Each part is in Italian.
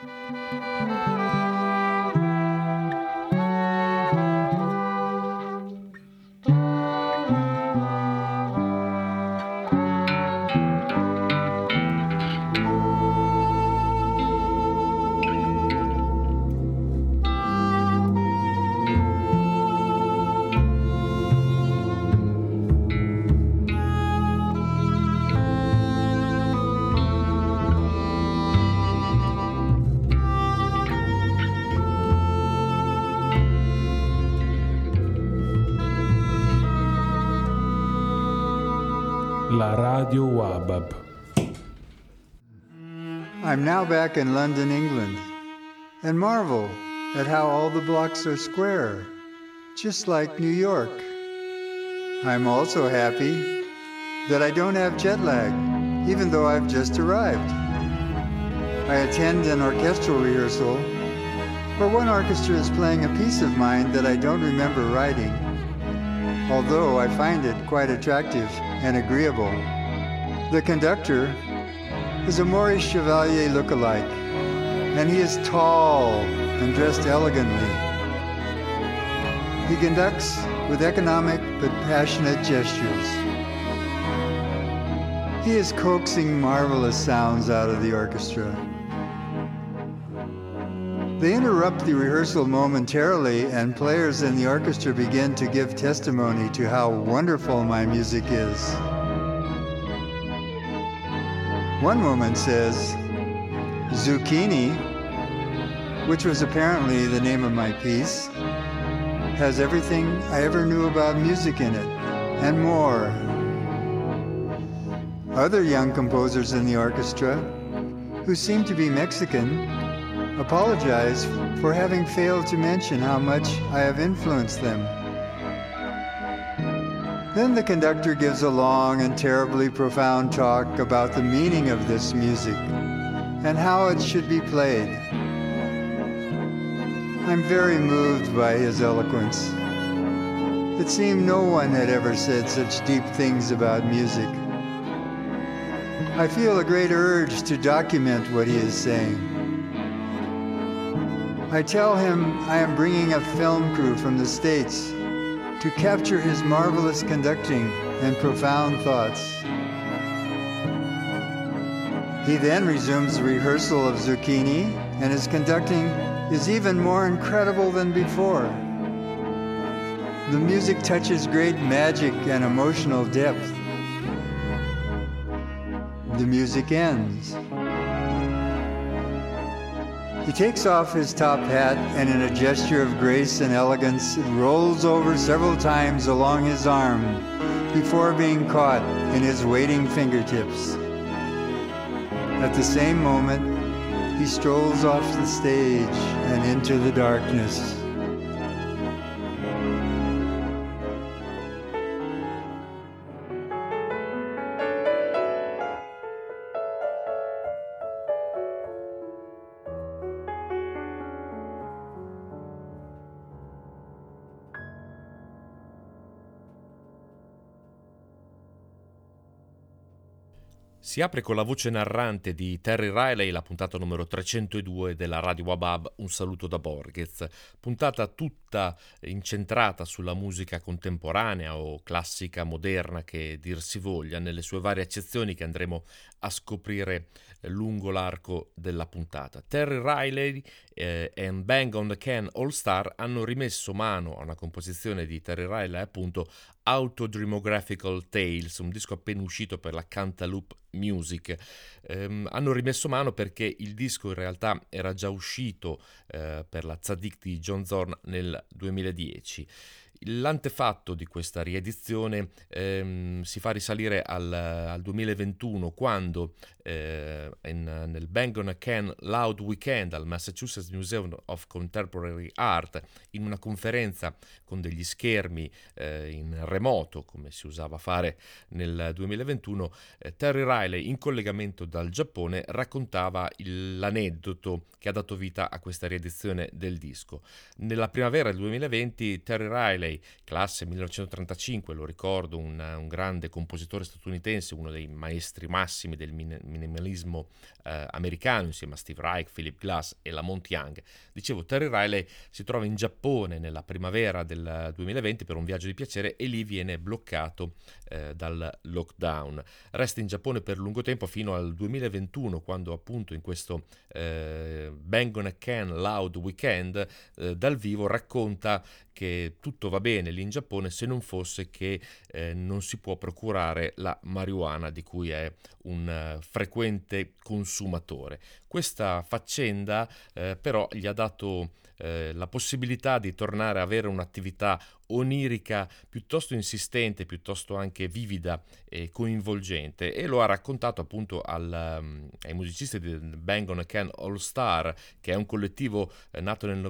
La Radio Wabab. I'm now back in London, England, and marvel at how all the blocks are square, just like New York. I'm also happy that I don't have jet lag, even though I've just arrived. I attend an orchestral rehearsal where one orchestra is playing a piece of mine that I don't remember writing, although I find it quite attractive and agreeable. The conductor is a Maurice Chevalier look-alike, and he is tall and dressed elegantly. He conducts with economic but passionate gestures. He is coaxing marvelous sounds out of the orchestra. They interrupt the rehearsal momentarily, and players in the orchestra begin to give testimony to how wonderful my music is. One woman says, "Zucchini," which was apparently the name of my piece, has everything I ever knew about music in it, and more. Other young composers in the orchestra, who seem to be Mexican, apologize for having failed to mention how much I have influenced them. Then the conductor gives a long and terribly profound talk about the meaning of this music and how it should be played. I'm very moved by his eloquence. It seemed no one had ever said such deep things about music. I feel a great urge to document what he is saying. I tell him I am bringing a film crew from the States to capture his marvelous conducting and profound thoughts. He then resumes rehearsal of Zucchini, and his conducting is even more incredible than before. The music touches great magic and emotional depth. The music ends. He takes off his top hat, and in a gesture of grace and elegance, it rolls over several times along his arm before being caught in his waiting fingertips. At the same moment, he strolls off the stage and into the darkness. Si apre con la voce narrante di Terry Riley, la puntata numero 302 della Radio Wabab, Un saluto da Borghez, puntata tutta incentrata sulla musica contemporanea o classica moderna che dir si voglia, nelle sue varie accezioni che andremo a scoprire lungo l'arco della puntata. Terry Riley e Bang on the Can All Star hanno rimesso mano a una composizione di Terry Riley, appunto Autodreamographical Tales, un disco appena uscito per la Cantaloupe Music. Hanno rimesso mano perché il disco in realtà era già uscito per la Tzadik di John Zorn nel 2010. L'antefatto di questa riedizione si fa risalire al 2021, quando nel Bang on a Can Loud Weekend al Massachusetts Museum of Contemporary Art, in una conferenza con degli schermi in remoto, come si usava fare nel 2021, Terry Riley, in collegamento dal Giappone, raccontava l'aneddoto che ha dato vita a questa riedizione del disco. Nella primavera del 2020 Terry Riley Riley, classe 1935, lo ricordo, un grande compositore statunitense, uno dei maestri massimi del minimalismo americano, insieme a Steve Reich, Philip Glass e Lamont Young. Dicevo, Terry Riley si trova in Giappone nella primavera del 2020 per un viaggio di piacere e lì viene bloccato dal lockdown. Resta in Giappone per lungo tempo fino al 2021, quando appunto in questo Bang on a Can Loud Weekend dal vivo racconta che tutto va bene lì in Giappone se non fosse che non si può procurare la marijuana di cui è un frequente consumatore. Questa faccenda però gli ha dato la possibilità di tornare a avere un'attività onirica piuttosto insistente, piuttosto anche vivida e coinvolgente, e lo ha raccontato appunto ai musicisti del Bang on a Can All Star, che è un collettivo nato nel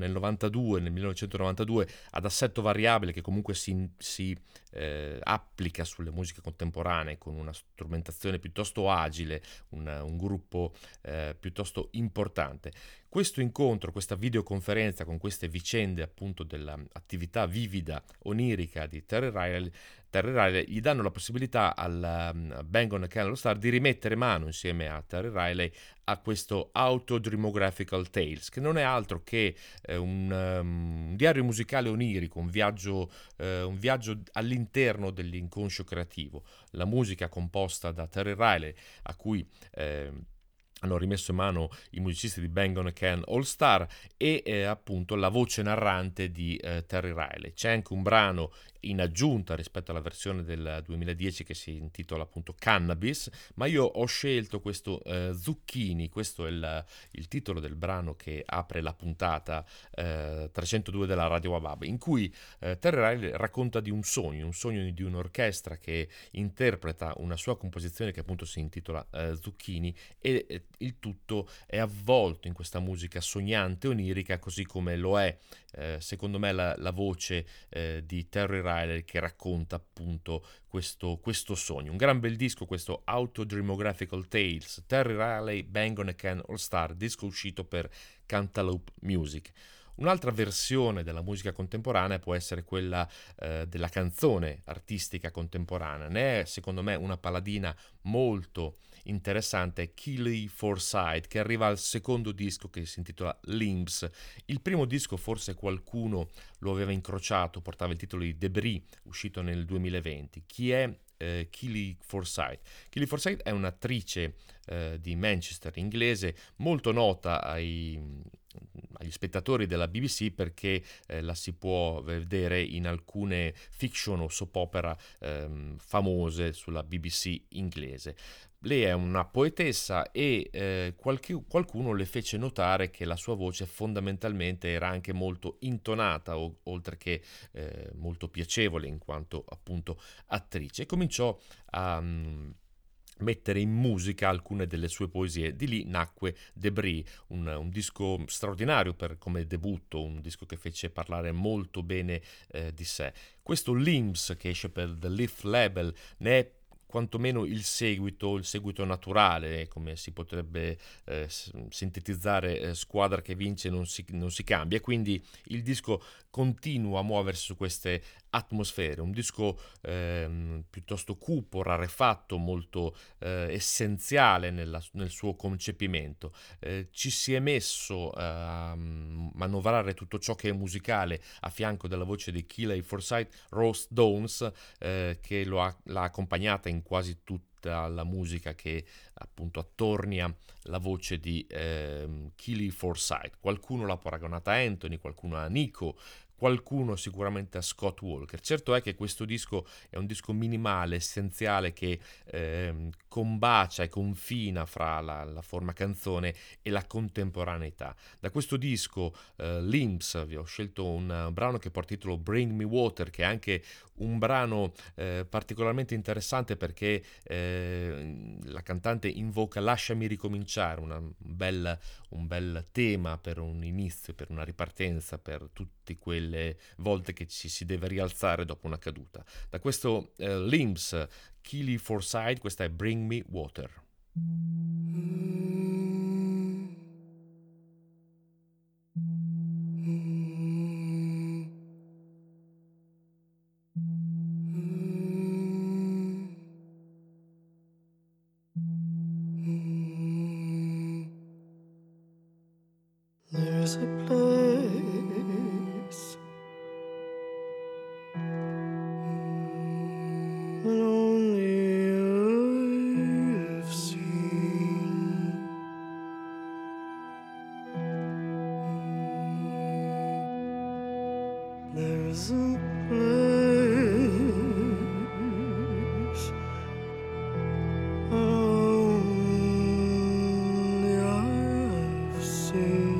1992 ad assetto variabile, che comunque si applica sulle musiche contemporanee con una strumentazione piuttosto agile, un gruppo piuttosto importante. Questo incontro, questa videoconferenza con queste vicende appunto dell'attività vivida, onirica di Terry Riley gli danno la possibilità al Bang on a Can Star di rimettere mano insieme a Terry Riley a questo Autodreamographical Tales, che non è altro che un diario musicale onirico, un viaggio all'interno dell'inconscio creativo. La musica composta da Terry Riley, a cui hanno rimesso in mano i musicisti di Bang on a Can All Star, e appunto la voce narrante di Terry Riley. C'è anche un brano in aggiunta rispetto alla versione del 2010 che si intitola appunto Cannabis, ma io ho scelto questo Zucchini. Questo è il titolo del brano che apre la puntata 302 della Radio Wabab, in cui Terry Riley racconta di un sogno di un'orchestra che interpreta una sua composizione che appunto si intitola Zucchini, e il tutto è avvolto in questa musica sognante, onirica, così come lo è secondo me la voce di Terry Riley, che racconta appunto questo sogno. Un gran bel disco questo Autodreamographical Tales, Terry Riley Bang on a Can All Star, disco uscito per Cantaloupe Music. Un'altra versione della musica contemporanea può essere quella della canzone artistica contemporanea. Ne è secondo me una paladina molto interessante Keely Forsyth, che arriva al secondo disco, che si intitola Limbs. Il primo disco forse qualcuno lo aveva incrociato, portava il titolo di Debris, uscito nel 2020. Chi è Keely Forsyth? Keely Forsyth è un'attrice di Manchester, inglese, molto nota agli spettatori della BBC perché la si può vedere in alcune fiction o soap opera famose sulla BBC inglese. Lei è una poetessa e qualcuno le fece notare che la sua voce fondamentalmente era anche molto intonata, oltre che molto piacevole in quanto appunto attrice, e cominciò a mettere in musica alcune delle sue poesie. Di lì nacque Debris, un disco straordinario come debutto, un disco che fece parlare molto bene di sé. Questo Limbs, che esce per The Leaf Label, ne è quantomeno il seguito naturale, come si potrebbe sintetizzare, squadra che vince non si cambia, e quindi il disco continua a muoversi su queste atmosfere, un disco piuttosto cupo, rarefatto, molto essenziale nel suo concepimento. Ci si è messo a manovrare tutto ciò che è musicale a fianco della voce di Keely Forsyth, Rose Downs, che l'ha accompagnata in quasi tutta la musica che appunto attornia la voce di Keely Forsyth. Qualcuno l'ha paragonata a Anthony, qualcuno a Nico, qualcuno sicuramente a Scott Walker. Certo è che questo disco è un disco minimale, essenziale, che combacia e confina fra la forma canzone e la contemporaneità. Da questo disco Limbs vi ho scelto un brano che porta il titolo Bring Me Water, che è anche un brano particolarmente interessante perché la cantante invoca lasciami ricominciare, un bel tema per un inizio, per una ripartenza, per tutte quelle volte che ci si deve rialzare dopo una caduta. Da questo Limbs, Keely Forsyth, questa è Bring Me Water. There's a place that only I've seen. There's a place only I've seen.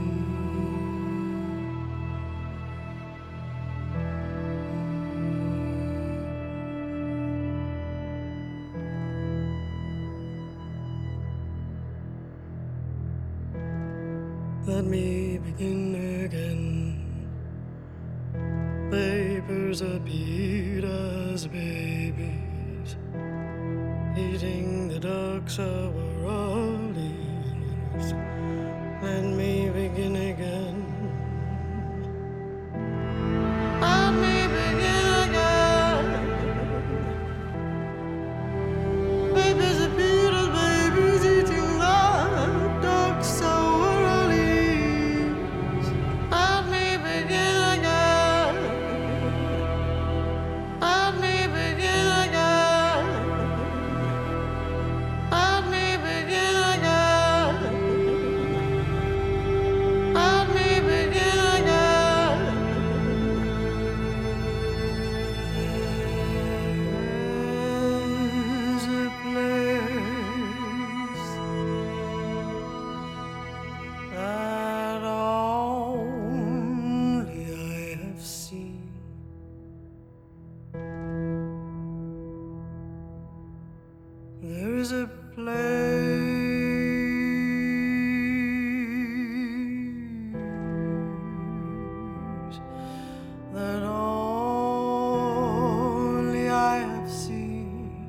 Let me begin again. Papers appeared as babies, eating the ducks of our leaves. Let me begin again. Let me begin again. Papers appeared as babies, eating the ducks of our leaves. Let me begin again. Let me begin again. Let me begin again. Let me begin again. There's a place that only I have seen. There's a place that only I have seen.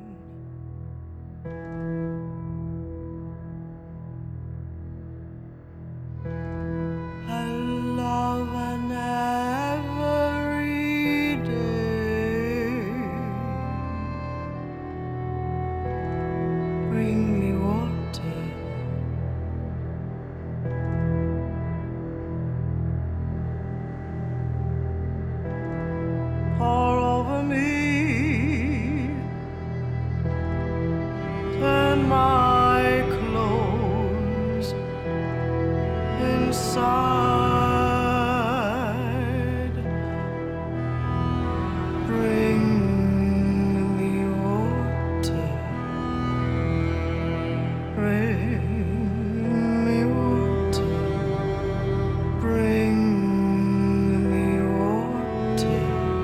I love an every day. Bring me water. Pour over me. Turn my clothes inside. Bring me water. Bring me water. Bring me water.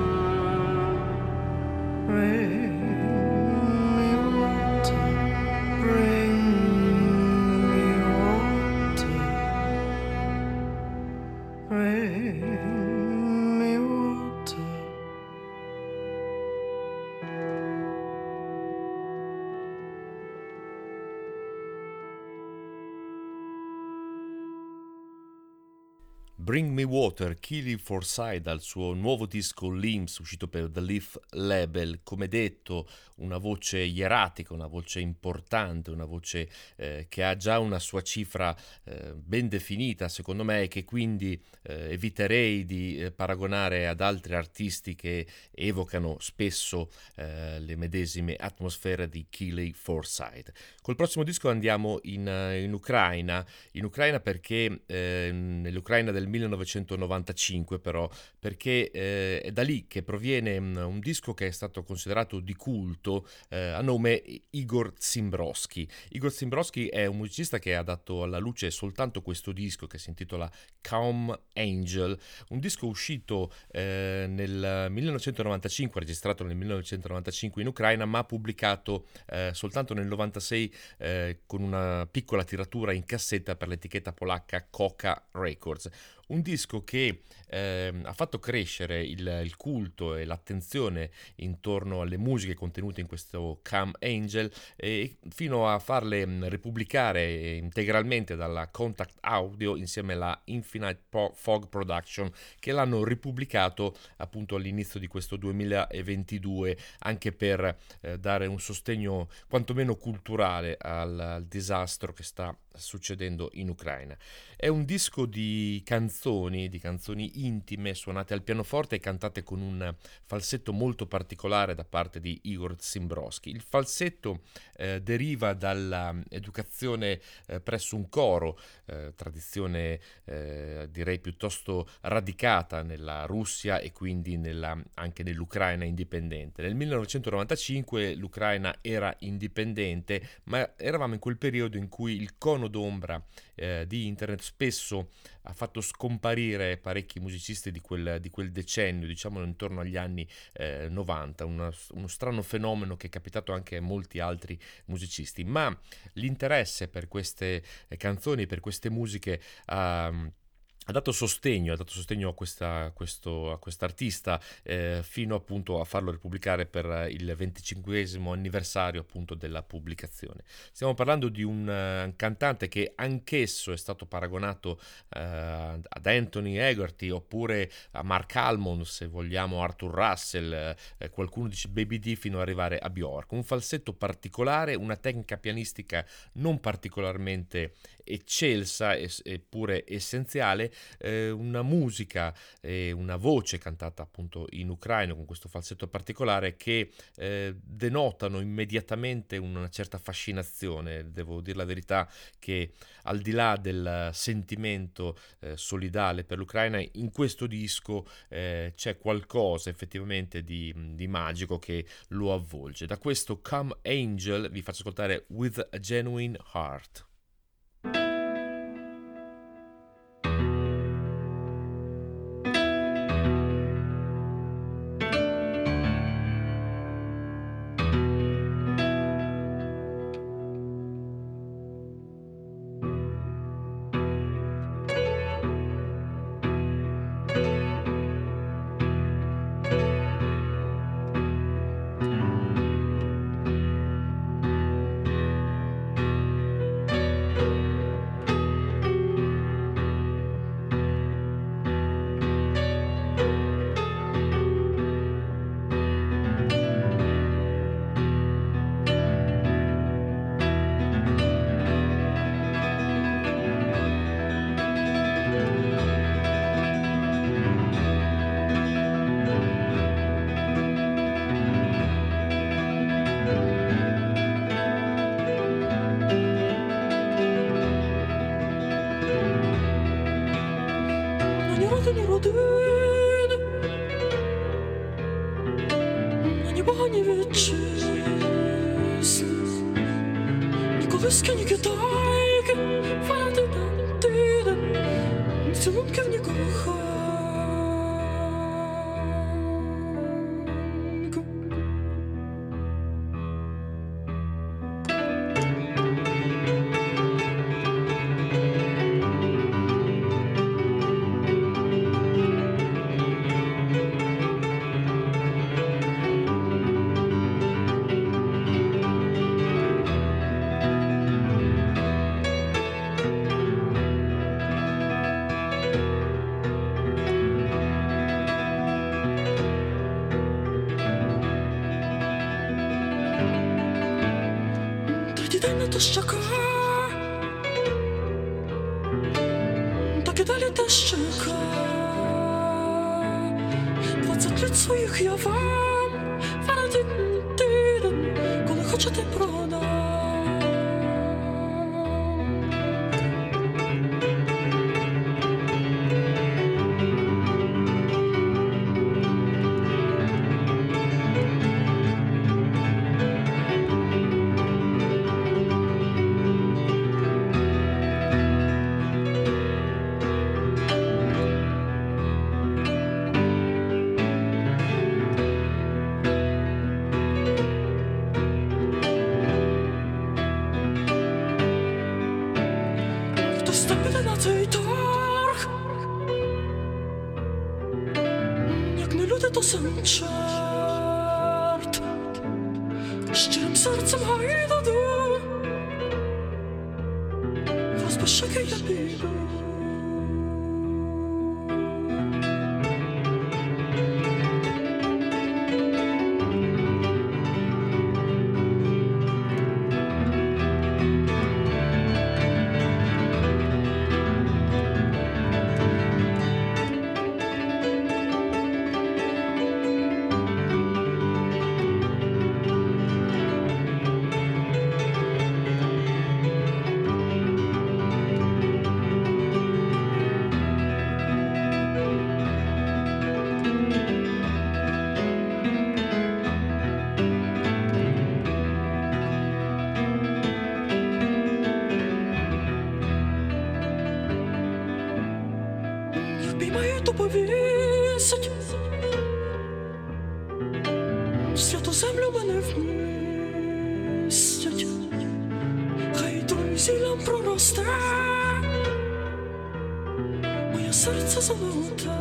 Bring me water. Bring me water. Bring me water. Bring Me Water, Keely Forsyth dal suo nuovo disco Limbs uscito per The Leaf Label. Come detto, una voce ieratica, una voce importante, una voce che ha già una sua cifra ben definita secondo me, e che quindi eviterei di paragonare ad altri artisti che evocano spesso le medesime atmosfere di Keely Forsyth. Col prossimo disco andiamo in Ucraina perché nell'Ucraina del 1995 però, perché è da lì che proviene un disco che è stato considerato di culto a nome Igor Zimbroski. Igor Zimbroski è un musicista che ha dato alla luce soltanto questo disco che si intitola Calm Angel, un disco uscito nel 1995, registrato nel 1995 in Ucraina, ma pubblicato soltanto nel 96 con una piccola tiratura in cassetta per l'etichetta polacca Koka Records. Un disco che ha fatto crescere il culto e l'attenzione intorno alle musiche contenute in questo Calm Angel, fino a farle ripubblicare integralmente dalla Contact Audio insieme alla Infinite Fog Production, che l'hanno ripubblicato appunto all'inizio di questo 2022, anche per dare un sostegno quantomeno culturale al disastro che sta succedendo in Ucraina. È un disco di canzoni intime, suonate al pianoforte e cantate con un falsetto molto particolare da parte di Igor Zimbroski. Il falsetto deriva dall'educazione presso un coro, tradizione direi piuttosto radicata nella Russia e quindi anche nell'Ucraina indipendente. Nel 1995 l'Ucraina era indipendente, ma eravamo in quel periodo in cui il cono d'ombra di internet spesso ha fatto scomparire parecchi musicisti di quel decennio, diciamo intorno agli anni 90, uno strano fenomeno che è capitato anche a molti altri musicisti, ma l'interesse per queste canzoni, per queste musiche ha dato sostegno a quest'artista fino appunto a farlo ripubblicare per il 25esimo anniversario appunto della pubblicazione. Stiamo parlando di un cantante che anch'esso è stato paragonato ad Anthony Hegarty oppure a Mark Almond, se vogliamo Arthur Russell, qualcuno dice Baby D, fino ad arrivare a Bjork. Un falsetto particolare, una tecnica pianistica non particolarmente eccelsa eppure essenziale, una musica e una voce cantata appunto in ucraino con questo falsetto particolare che denotano immediatamente una certa fascinazione. Devo dire la verità che al di là del sentimento solidale per l'Ucraina, in questo disco c'è qualcosa effettivamente di magico che lo avvolge. Da questo Come Angel vi faccio ascoltare With a Genuine Heart. Щока, так і далі та щека. 20 літ своїх я вам фанатин, коли хочете продам. Чорт, щирим серцем гайдаду, в розпашаки я піду. обіймаю повісить, святу землю мене вмістять, хай той зіллям проросте, моє серце золоте.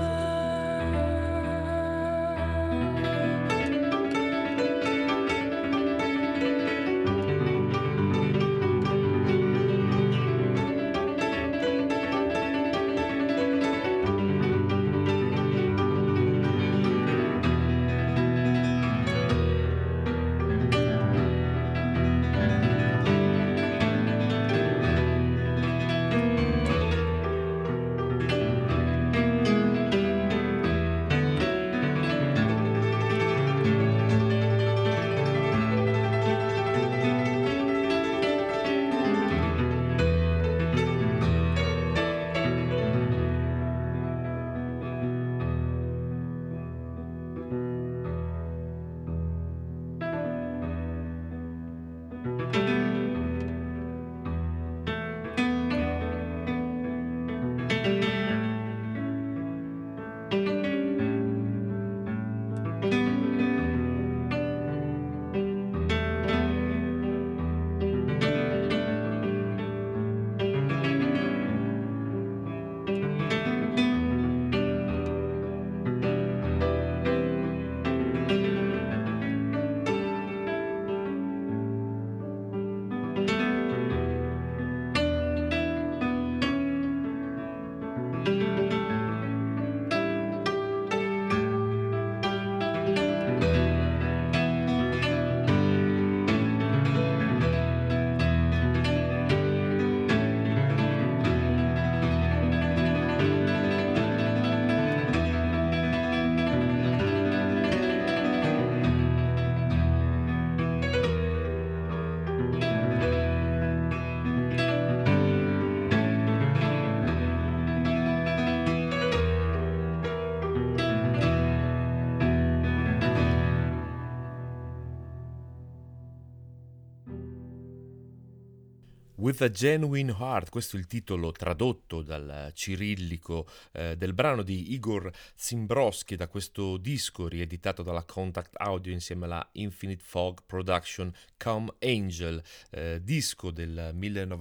With a Genuine Heart, questo è il titolo tradotto dal cirillico del brano di Igor Zimbroski da questo disco rieditato dalla Contact Audio insieme alla Infinite Fog Production Come Angel, disco del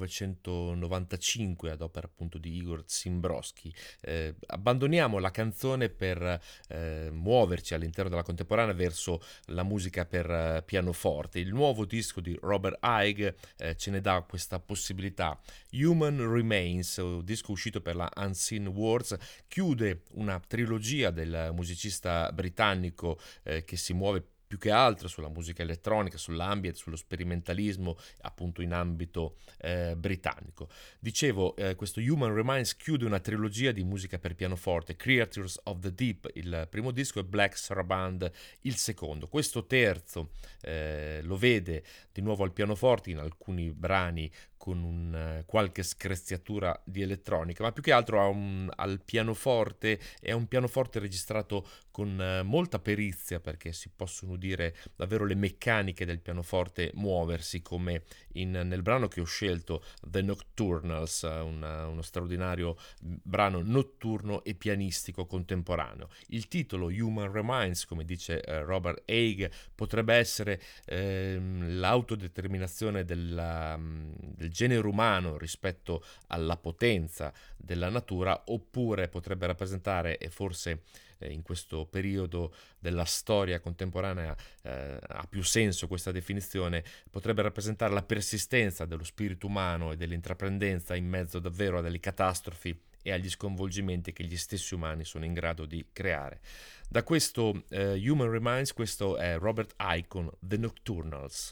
1995 ad opera appunto di Igor Zimbroski. Abbandoniamo la canzone per muoverci all'interno della contemporanea verso la musica per pianoforte. Il nuovo disco di Robert Haig ce ne dà questa possibilità. Human Remains, un disco uscito per la Unseen Words, chiude una trilogia del musicista britannico che si muove più che altro sulla musica elettronica, sull'ambient, sullo sperimentalismo appunto in ambito britannico. Dicevo, questo Human Remains chiude una trilogia di musica per pianoforte, Creatures of the Deep il primo disco e Black Saraband il secondo. Questo terzo lo vede di nuovo al pianoforte in alcuni brani con qualche screziatura di elettronica, ma più che altro al pianoforte. È un pianoforte registrato con molta perizia, perché si possono dire davvero le meccaniche del pianoforte muoversi, come nel brano che ho scelto, The Nocturnals, uno straordinario brano notturno e pianistico contemporaneo. Il titolo Human Remains, come dice Robert Haig, potrebbe essere l'autodeterminazione del genere umano rispetto alla potenza della natura, oppure potrebbe rappresentare, e forse in questo periodo della storia contemporanea ha più senso questa definizione, potrebbe rappresentare la persistenza dello spirito umano e dell'intraprendenza in mezzo davvero a delle catastrofi e agli sconvolgimenti che gli stessi umani sono in grado di creare. Da questo Human Remains, questo è Robert Haig con The Nocturnals.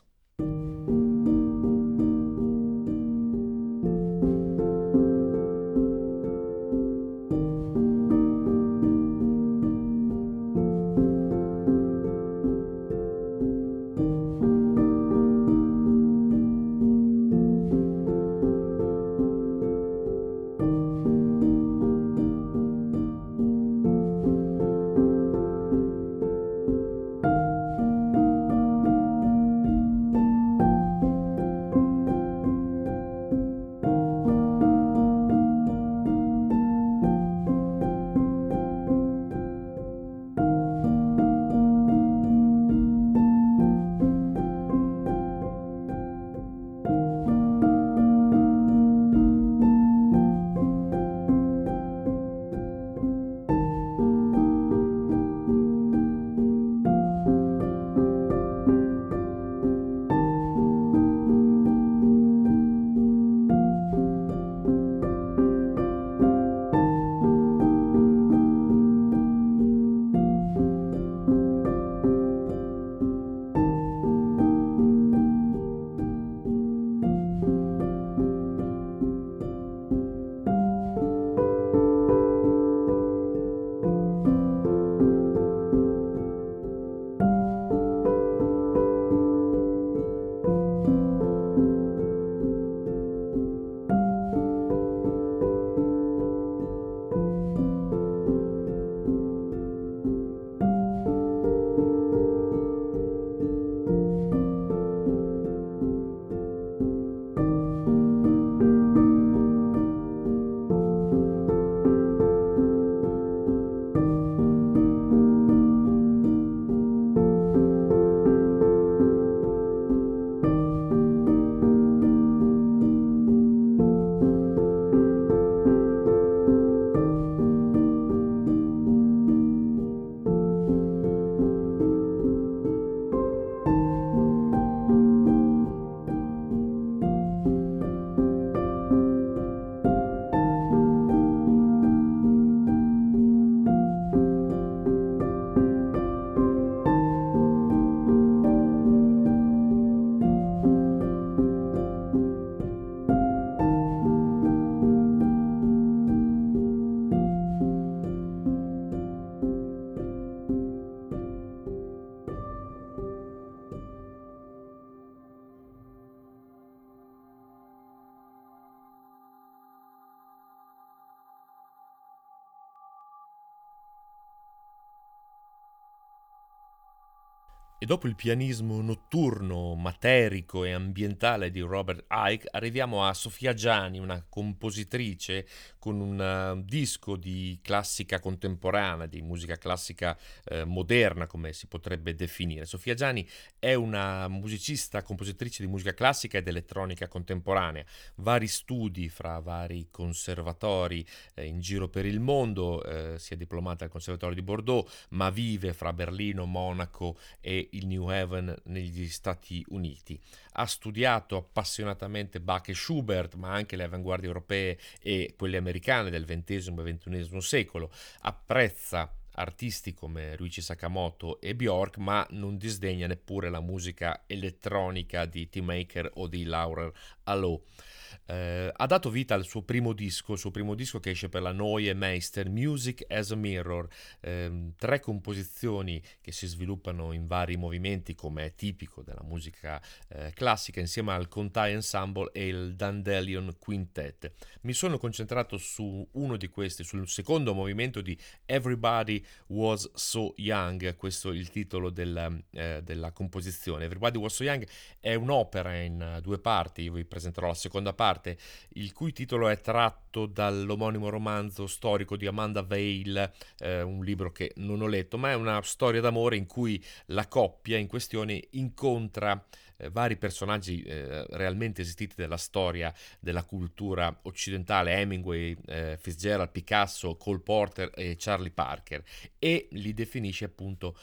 E dopo il pianismo notturno, materico e ambientale di Robert Icke, arriviamo a Sofia Gianni, una compositrice con un disco di classica contemporanea, di musica classica moderna, come si potrebbe definire. Sofia Gianni è una musicista, compositrice di musica classica ed elettronica contemporanea, vari studi fra vari conservatori in giro per il mondo, si è diplomata al Conservatorio di Bordeaux, ma vive fra Berlino, Monaco e il New Haven negli Stati Uniti. Ha studiato appassionatamente Bach e Schubert, ma anche le avanguardie europee e quelle americane del XX e XXI secolo. Apprezza artisti come Ryuichi Sakamoto e Björk, ma non disdegna neppure la musica elettronica di Tim Maker o di Laurel Allo. Ha dato vita al suo primo disco che esce per la Neue Meister, Music as a Mirror, 3 composizioni che si sviluppano in vari movimenti come è tipico della musica classica, insieme al Contai Ensemble e il Dandelion Quintet. Mi sono concentrato su uno di questi, sul secondo movimento di Everybody Was So Young, questo è il titolo della composizione. Everybody Was So Young è un'opera in 2 parti, io vi presenterò la seconda parte, il cui titolo è tratto dall'omonimo romanzo storico di Amanda Veil, un libro che non ho letto, ma è una storia d'amore in cui la coppia in questione incontra vari personaggi realmente esistiti della storia della cultura occidentale, Hemingway, Fitzgerald, Picasso, Cole Porter e Charlie Parker, e li definisce appunto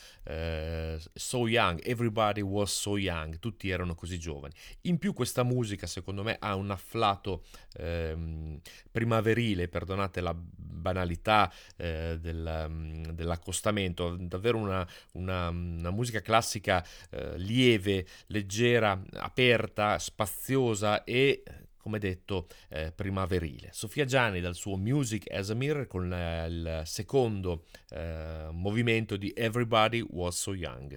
so young, everybody was so young, tutti erano così giovani. In più questa musica secondo me ha un afflato primaverile, perdonate la banalità dell'accostamento, davvero una musica classica lieve, leggera, aperta, spaziosa e, come detto, primaverile. Sofia Gianni dal suo Music as a Mirror con il secondo movimento di Everybody Was So Young.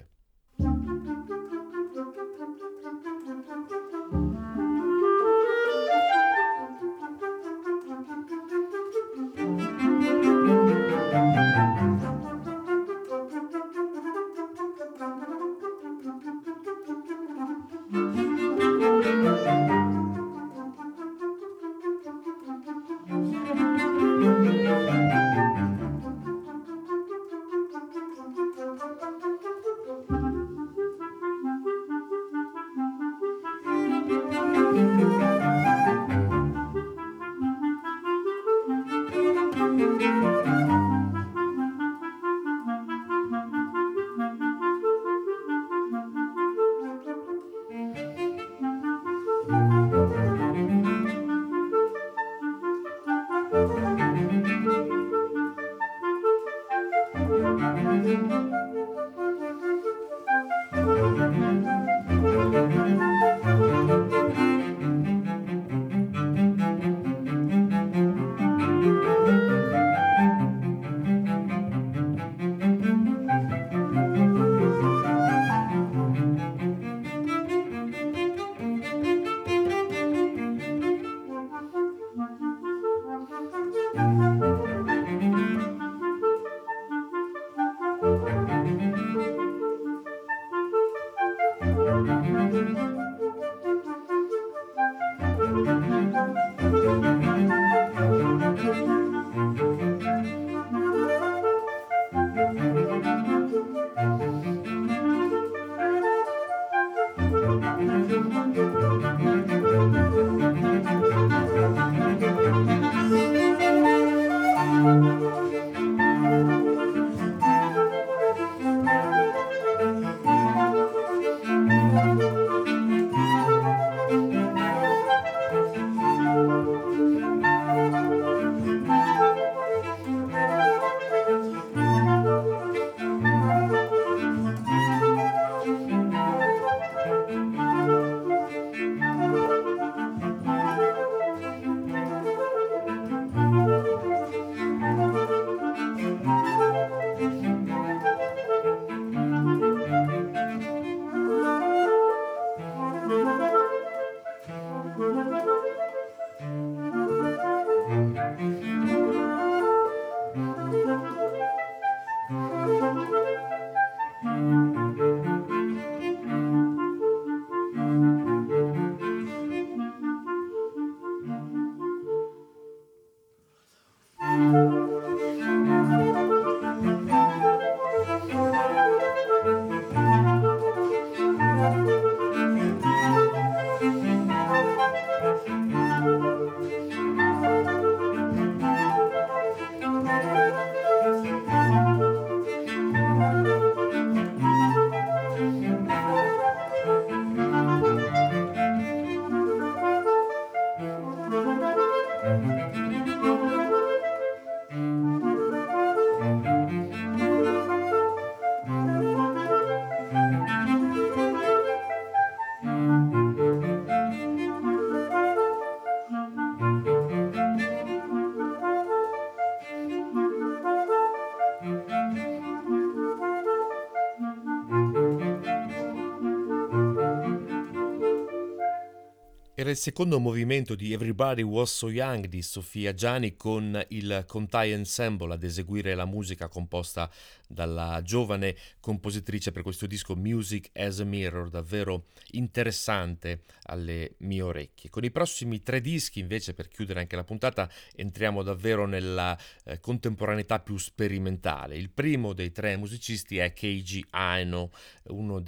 Era il secondo movimento di Everybody Was So Young di Sofia Gianni con il Contai Ensemble ad eseguire la musica composta dalla giovane compositrice per questo disco Music as a Mirror, davvero interessante alle mie orecchie. Con i prossimi 3 dischi invece, per chiudere anche la puntata, entriamo davvero nella contemporaneità più sperimentale. Il primo dei 3 musicisti è Keiji Aino, uno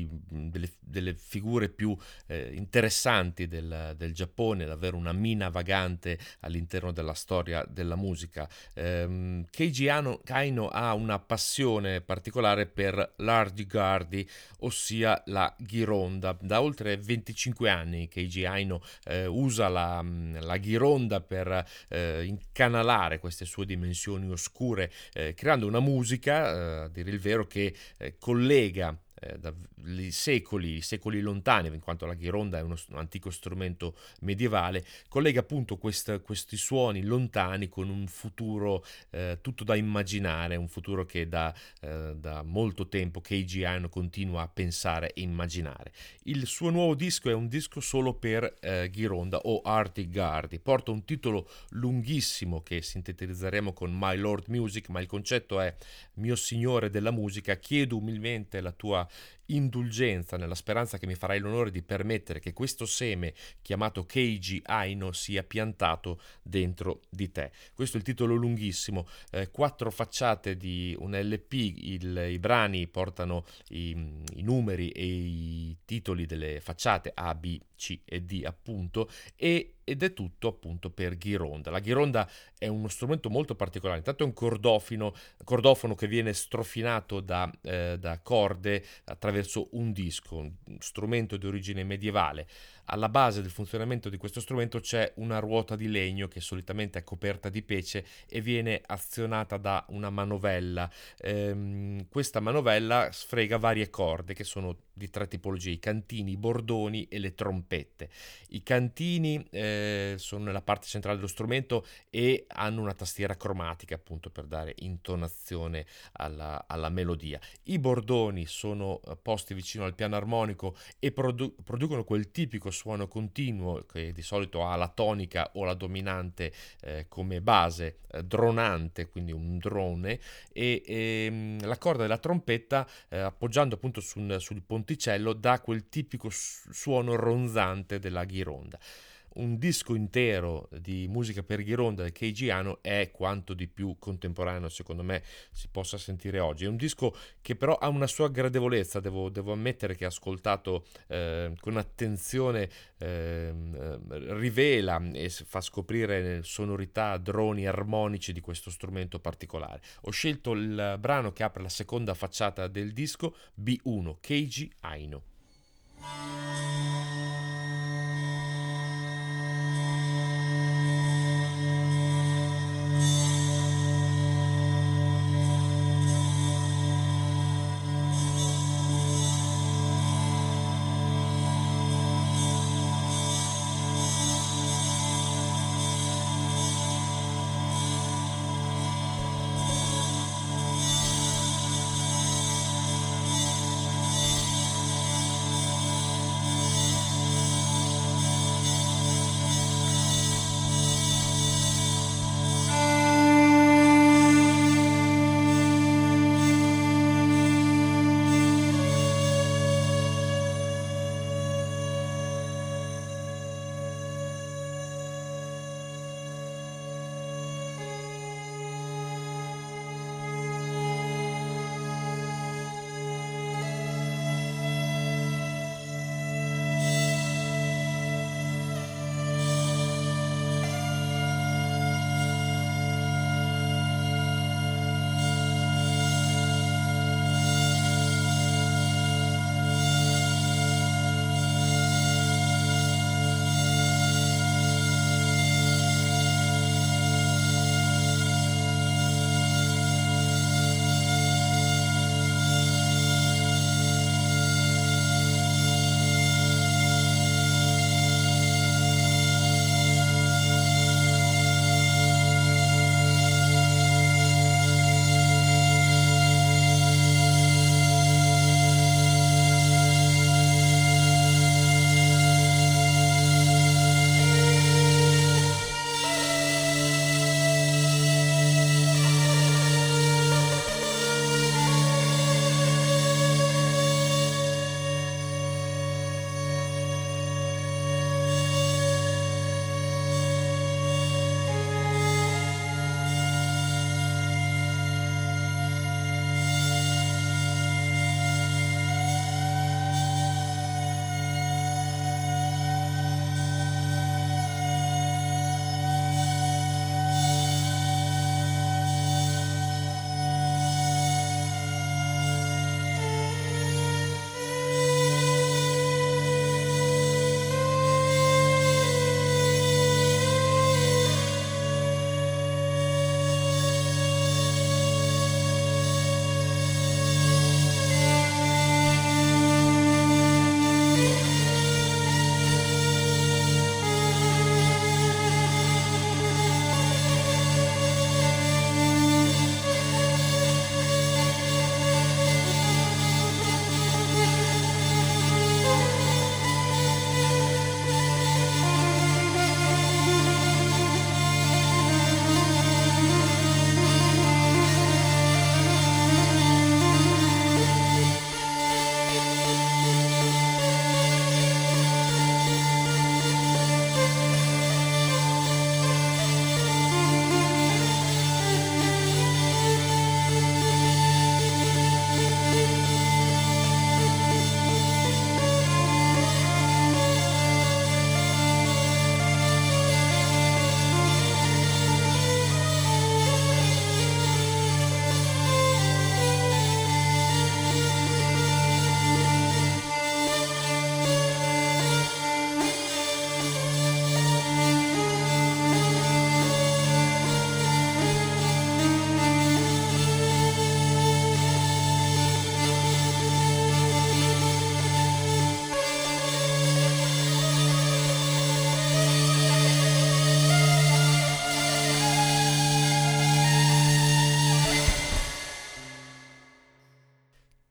delle figure più interessanti del Giappone, davvero una mina vagante all'interno della storia della musica. Keiji Aino ha una passione particolare per l'hurdy-gurdy, ossia la ghironda. Da oltre 25 anni Keiji Aino usa la ghironda per incanalare queste sue dimensioni oscure, creando una musica, a dire il vero, che collega da secoli lontani, in quanto la ghironda è un antico strumento medievale, collega appunto questi suoni lontani con un futuro tutto da immaginare, un futuro che da molto tempo Keiji Aino continua a pensare e immaginare. Il suo nuovo disco è un disco solo per ghironda o hurdy-gurdy, porta un titolo lunghissimo che sintetizzeremo con My Lord Music, ma il concetto è: mio signore della musica, chiedo umilmente la tua indulgenza nella speranza che mi farai l'onore di permettere che questo seme chiamato Keiji Aino sia piantato dentro di te. Questo è il titolo lunghissimo, 4 facciate di un LP, i brani portano i numeri e i titoli delle facciate A, B, C e D appunto, ed è tutto appunto per ghironda. La ghironda è uno strumento molto particolare, intanto è un cordofono che viene strofinato da corde attraverso un disco, un strumento di origine medievale. Alla base del funzionamento di questo strumento c'è una ruota di legno che solitamente è coperta di pece e viene azionata da una manovella. Questa manovella sfrega varie corde che sono di 3 tipologie: i cantini, i bordoni e le trompette. I cantini sono nella parte centrale dello strumento e hanno una tastiera cromatica appunto per dare intonazione alla melodia. I bordoni sono posti vicino al piano armonico e producono quel tipico suono continuo che di solito ha la tonica o la dominante come base, dronante, quindi un drone, e la corda della trompetta appoggiando appunto sul ponticello dà quel tipico suono ronzante della ghironda. Un disco intero di musica per ghironda del Keiji Aino è quanto di più contemporaneo secondo me si possa sentire oggi. È un disco che però ha una sua gradevolezza, devo ammettere che ascoltato con attenzione rivela e fa scoprire sonorità, droni armonici di questo strumento particolare. Ho scelto il brano che apre la seconda facciata del disco, B1, Keiji Aino.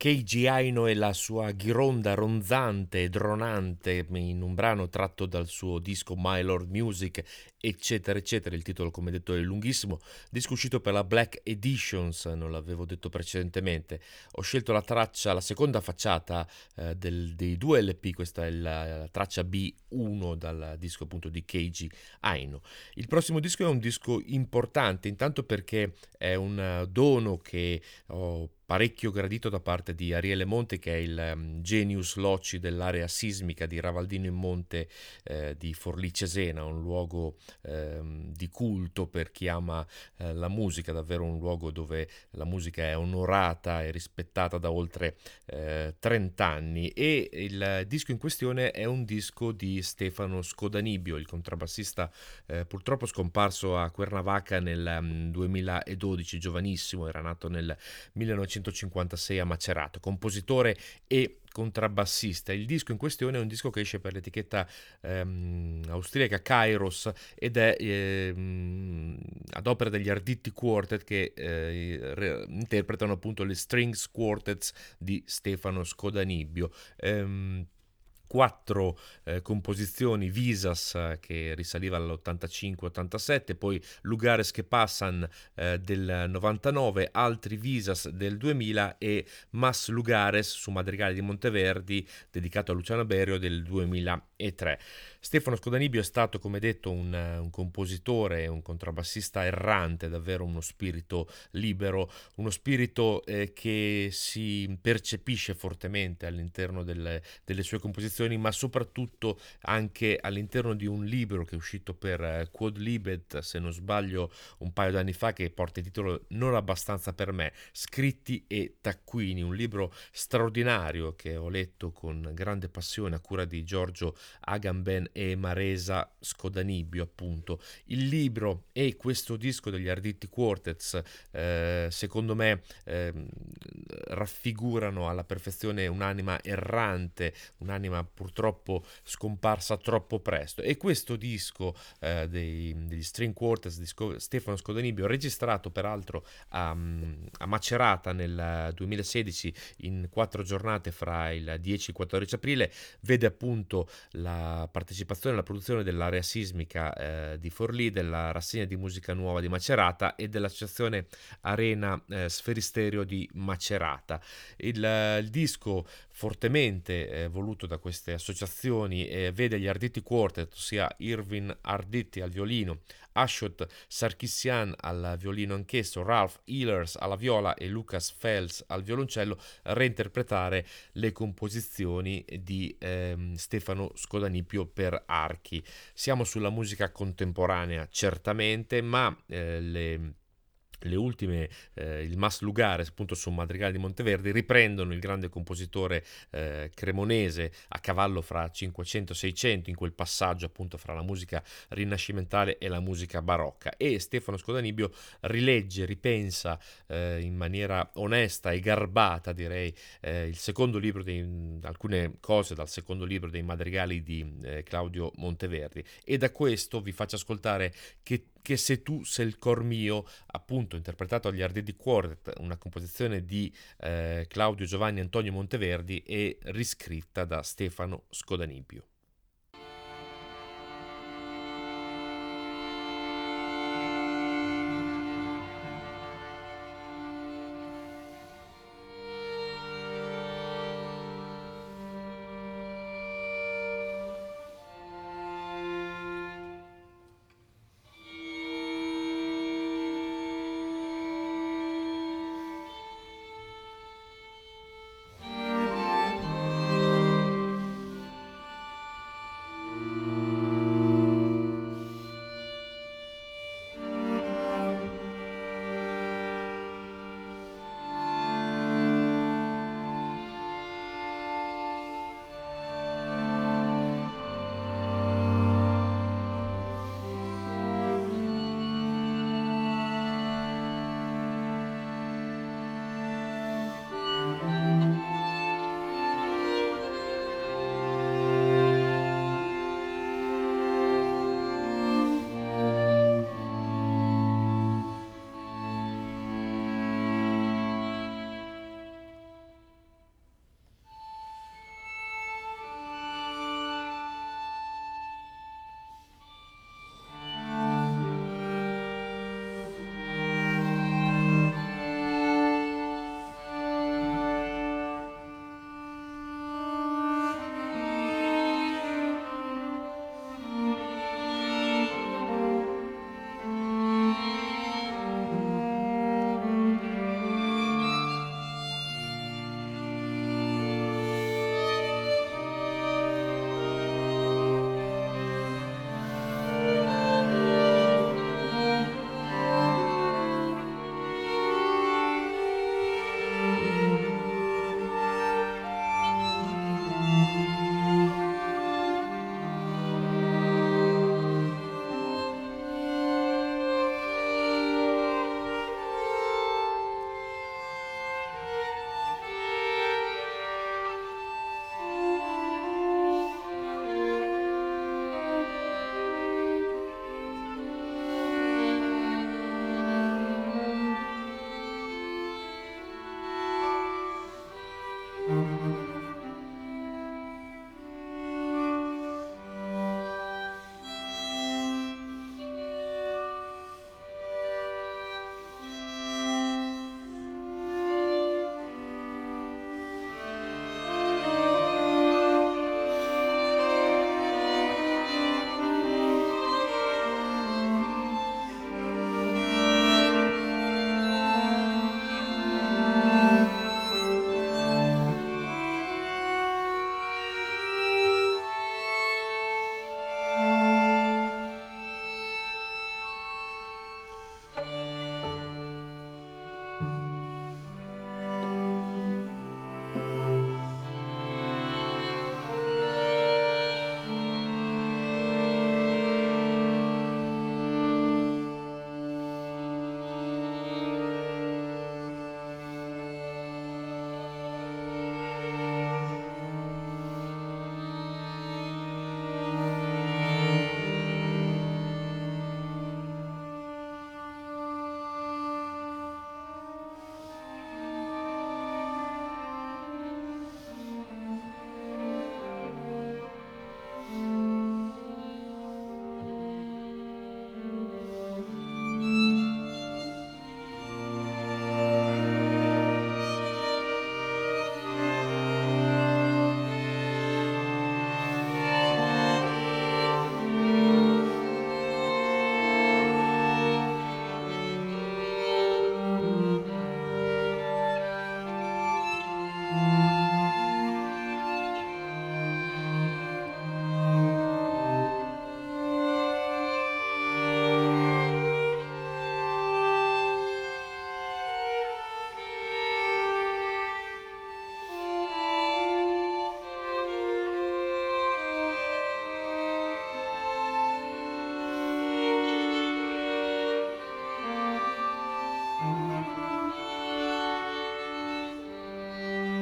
Keiji Aino e la sua ghironda ronzante e dronante in un brano tratto dal suo disco My Lord Music, eccetera eccetera. Il titolo, come detto, è lunghissimo, disco uscito per la Black Editions, non l'avevo detto precedentemente. Ho scelto la traccia, la seconda facciata dei due LP, questa è la traccia B1 dal disco appunto di Keiji Aino. Il prossimo disco è un disco importante, intanto perché è un dono che ho parecchio gradito da parte di Ariele Monte, che è il genius loci dell'area sismica di Ravaldino in Monte di Forlì Cesena, un luogo di culto per chi ama la musica, davvero un luogo dove la musica è onorata e rispettata da oltre 30 anni. E il disco in questione è un disco di Stefano Scodanibio, il contrabbassista purtroppo scomparso a Cuernavaca nel 2012, giovanissimo, era nato nel 1956 a Macerato, compositore e contrabbassista. Il disco in questione è un disco che esce per l'etichetta austriaca Kairos ed è ad opera degli Arditi Quartet, che interpretano appunto le Strings Quartets di Stefano Scodanibio. Quattro composizioni Visas che risaliva all'85-87, poi Lugares che passan del 99, altri Visas del 2000 e Mas Lugares su Madrigali di Monteverdi dedicato a Luciano Berio del 2003. Stefano Scodanibio è stato, come detto, un compositore, un contrabbassista errante, davvero uno spirito libero, uno spirito che si percepisce fortemente all'interno delle sue composizioni, ma soprattutto anche all'interno di un libro che è uscito per Quod Libet, se non sbaglio un paio d'anni fa, che porta il titolo Non abbastanza per me, scritti e taccuini, un libro straordinario che ho letto con grande passione a cura di Giorgio Agamben e Maresa Scodanibio, appunto. Il libro e questo disco degli Arditi Quartets secondo me raffigurano alla perfezione un'anima errante, un'anima purtroppo scomparsa troppo presto. E questo disco degli String Quartets di Stefano Scodanibio, registrato peraltro a Macerata nel 2016 in 4 giornate fra il 10 e il 14 aprile, vede appunto la partecipazione alla produzione dell'area sismica di Forlì, della rassegna di musica nuova di Macerata e dell'associazione Arena Sferisterio di Macerata. Il disco, fortemente voluto da queste associazioni, vede gli Arditi Quartet, ossia Irvin Arditi al violino, Ashot Sarkissian al violino anch'esso, Ralph Ehlers alla viola e Lucas Fels al violoncello, reinterpretare le composizioni di Stefano Scodanibio per archi. Siamo sulla musica contemporanea certamente, ma le ultime, il Mas Lugares appunto su Madrigale di Monteverdi, riprendono il grande compositore cremonese a cavallo fra 500 e 600, in quel passaggio appunto fra la musica rinascimentale e la musica barocca, e Stefano Scodanibio rilegge, ripensa in maniera onesta e garbata, direi, il secondo libro alcune cose dal secondo libro dei Madrigali di Claudio Monteverdi, e da questo vi faccio ascoltare che se tu sei il cor mio, appunto interpretato agli Arditi Quartet, una composizione di Claudio Giovanni Antonio Monteverdi e riscritta da Stefano Scodanibio.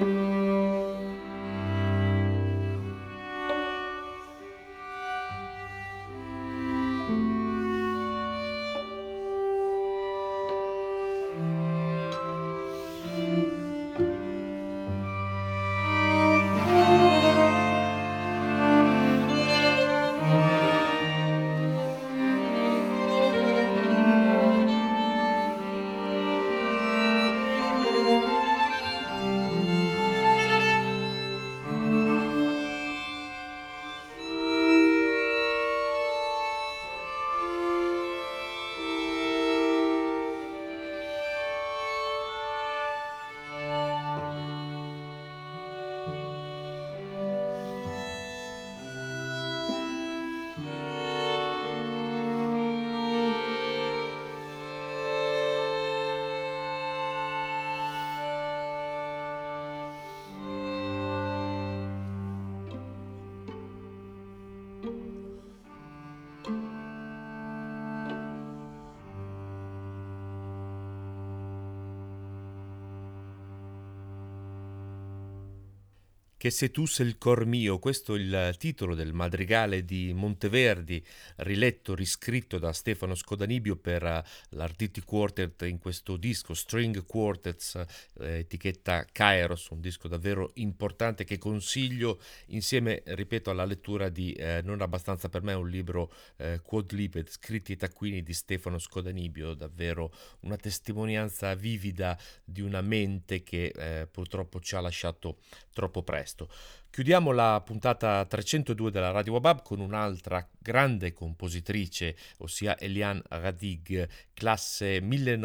Che se tu sei il cor mio, questo è il titolo del madrigale di Monteverdi, riletto, riscritto da Stefano Scodanibio per l'Arditi Quartet in questo disco, String Quartets, etichetta Kairos, un disco davvero importante che consiglio insieme, ripeto, alla lettura di Non abbastanza per me, un libro quodlibet, scritti e taccuini di Stefano Scodanibio, davvero una testimonianza vivida di una mente che purtroppo ci ha lasciato troppo presto. Chiudiamo la puntata 302 della Radio Wabab con un'altra grande compositrice, ossia Eliane Radig, classe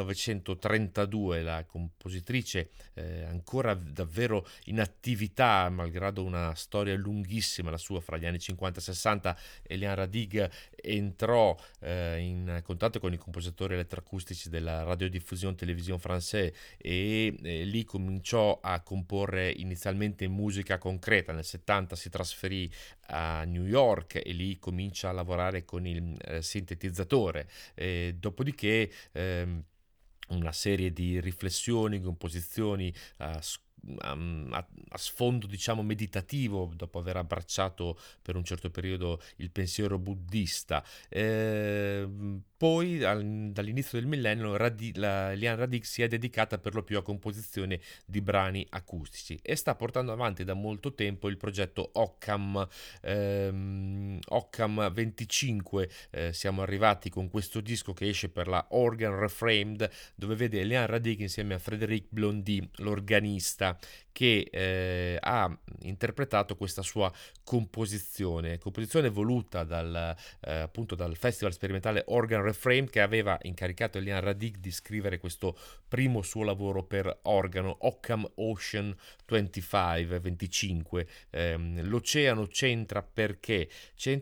1932, la compositrice ancora davvero in attività, malgrado una storia lunghissima, la sua fra gli anni 50 e 60. Eliane Radig entrò in contatto con i compositori elettroacustici della radiodiffusione Télévision Française e lì cominciò a comporre inizialmente musica concreta. Nel 70 si trasferì a New York e lì comincia a lavorare con il sintetizzatore, dopodiché una serie di riflessioni, composizioni a sfondo diciamo meditativo, dopo aver abbracciato per un certo periodo il pensiero buddista. Poi dall'inizio del millennio Eliane Radig si è dedicata per lo più a composizione di brani acustici e sta portando avanti da molto tempo il progetto Occam 25. Siamo arrivati con questo disco che esce per la Organ Reframed, dove vede Eliane Radig insieme a Frédéric Blondy, l'organista, che ha interpretato questa sua composizione voluta appunto dal Festival Sperimentale Organ Reframed, che aveva incaricato Eliane Radig di scrivere questo primo suo lavoro per organo, Occam Ocean 25. L'oceano c'entra perché,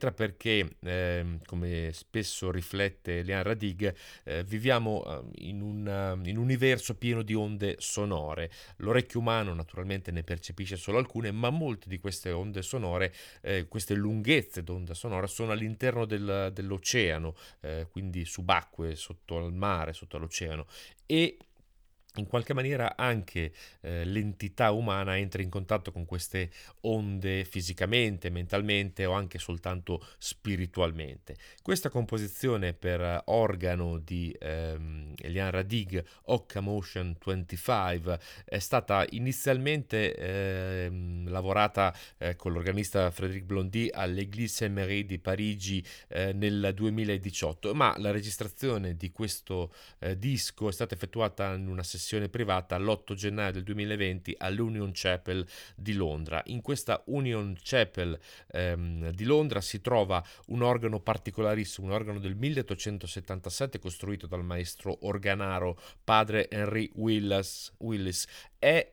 come spesso riflette Eliane Radig, viviamo in un universo pieno di onde sonore. L'orecchio umano naturalmente ne percepisce solo alcune, ma molte di queste onde sonore, queste lunghezze d'onda sonora, sono all'interno dell'oceano, quindi subacquee, sotto al mare, sotto all'oceano, e in qualche maniera anche l'entità umana entra in contatto con queste onde fisicamente, mentalmente o anche soltanto spiritualmente. Questa composizione per organo di Eliane Radig, Occam Ocean 25, è stata inizialmente lavorata con l'organista Frédéric Blondy all'Église Saint-Marie di Parigi nel 2018, ma la registrazione di questo disco è stata effettuata in una sessione privata l'8 gennaio del 2020 all'Union Chapel di Londra. In questa Union Chapel di Londra si trova un organo particolarissimo, un organo del 1877 costruito dal maestro organaro padre Henry Willis.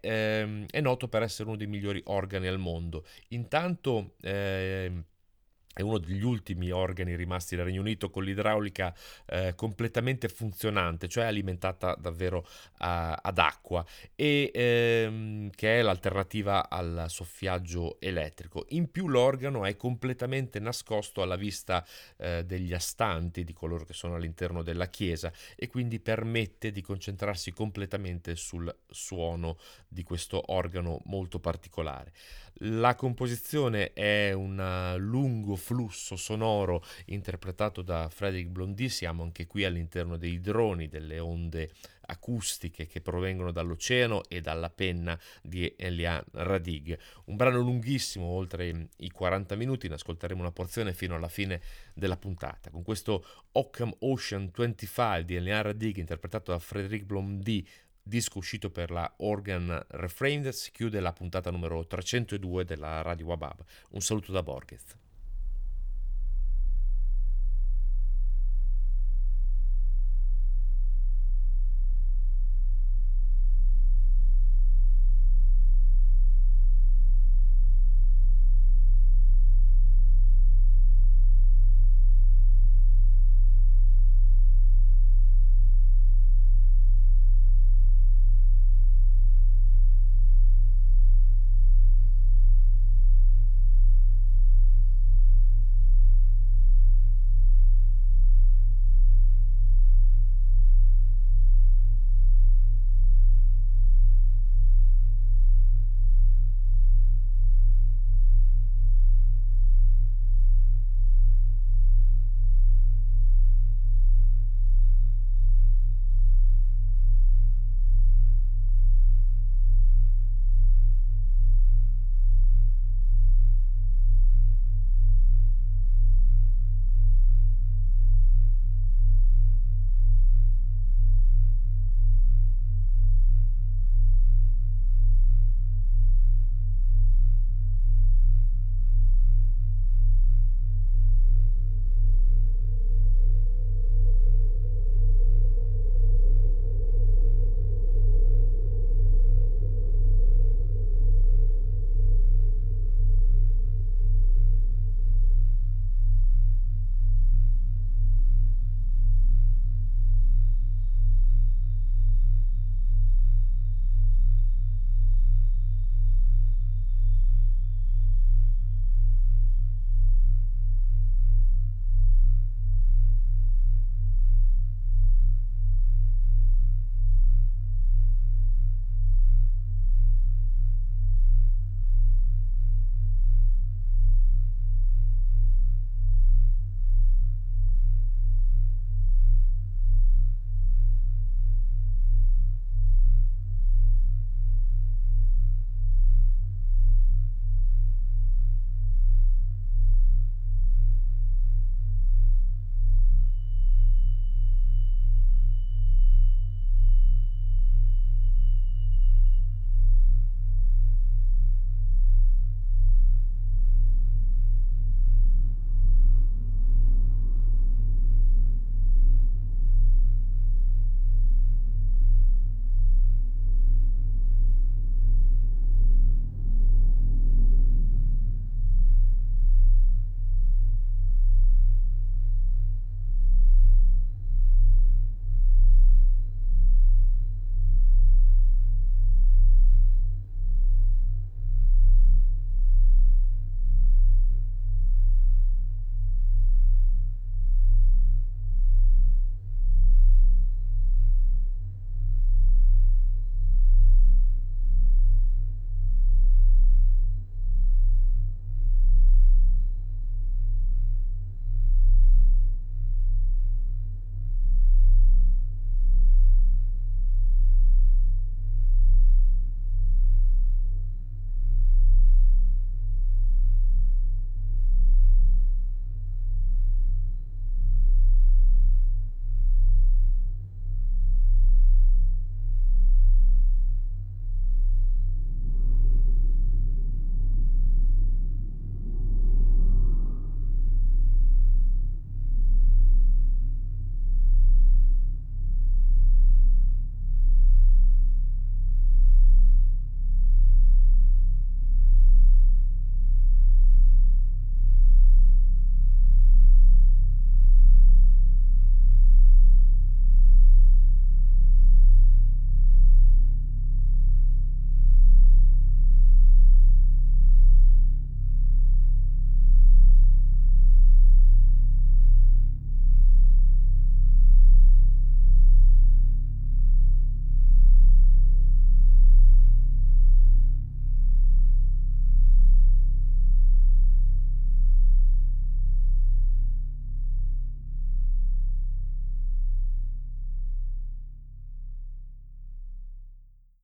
È noto per essere uno dei migliori organi al mondo. Intanto è uno degli ultimi organi rimasti nel Regno Unito con l'idraulica completamente funzionante, cioè alimentata davvero ad acqua, e che è l'alternativa al soffiaggio elettrico. In più l'organo è completamente nascosto alla vista degli astanti, di coloro che sono all'interno della chiesa, e quindi permette di concentrarsi completamente sul suono di questo organo molto particolare. La composizione è un lungo flusso sonoro interpretato da Frédéric Blondy. Siamo anche qui all'interno dei droni, delle onde acustiche che provengono dall'oceano e dalla penna di Eliane Radig. Un brano lunghissimo, oltre i 40 minuti, ne ascolteremo una porzione fino alla fine della puntata. Con questo Occam Ocean 25 di Eliane Radig, interpretato da Frédéric Blondy, disco uscito per la Organ Reframed, si chiude la puntata numero 302 della Radio Wabab. Un saluto da Borges.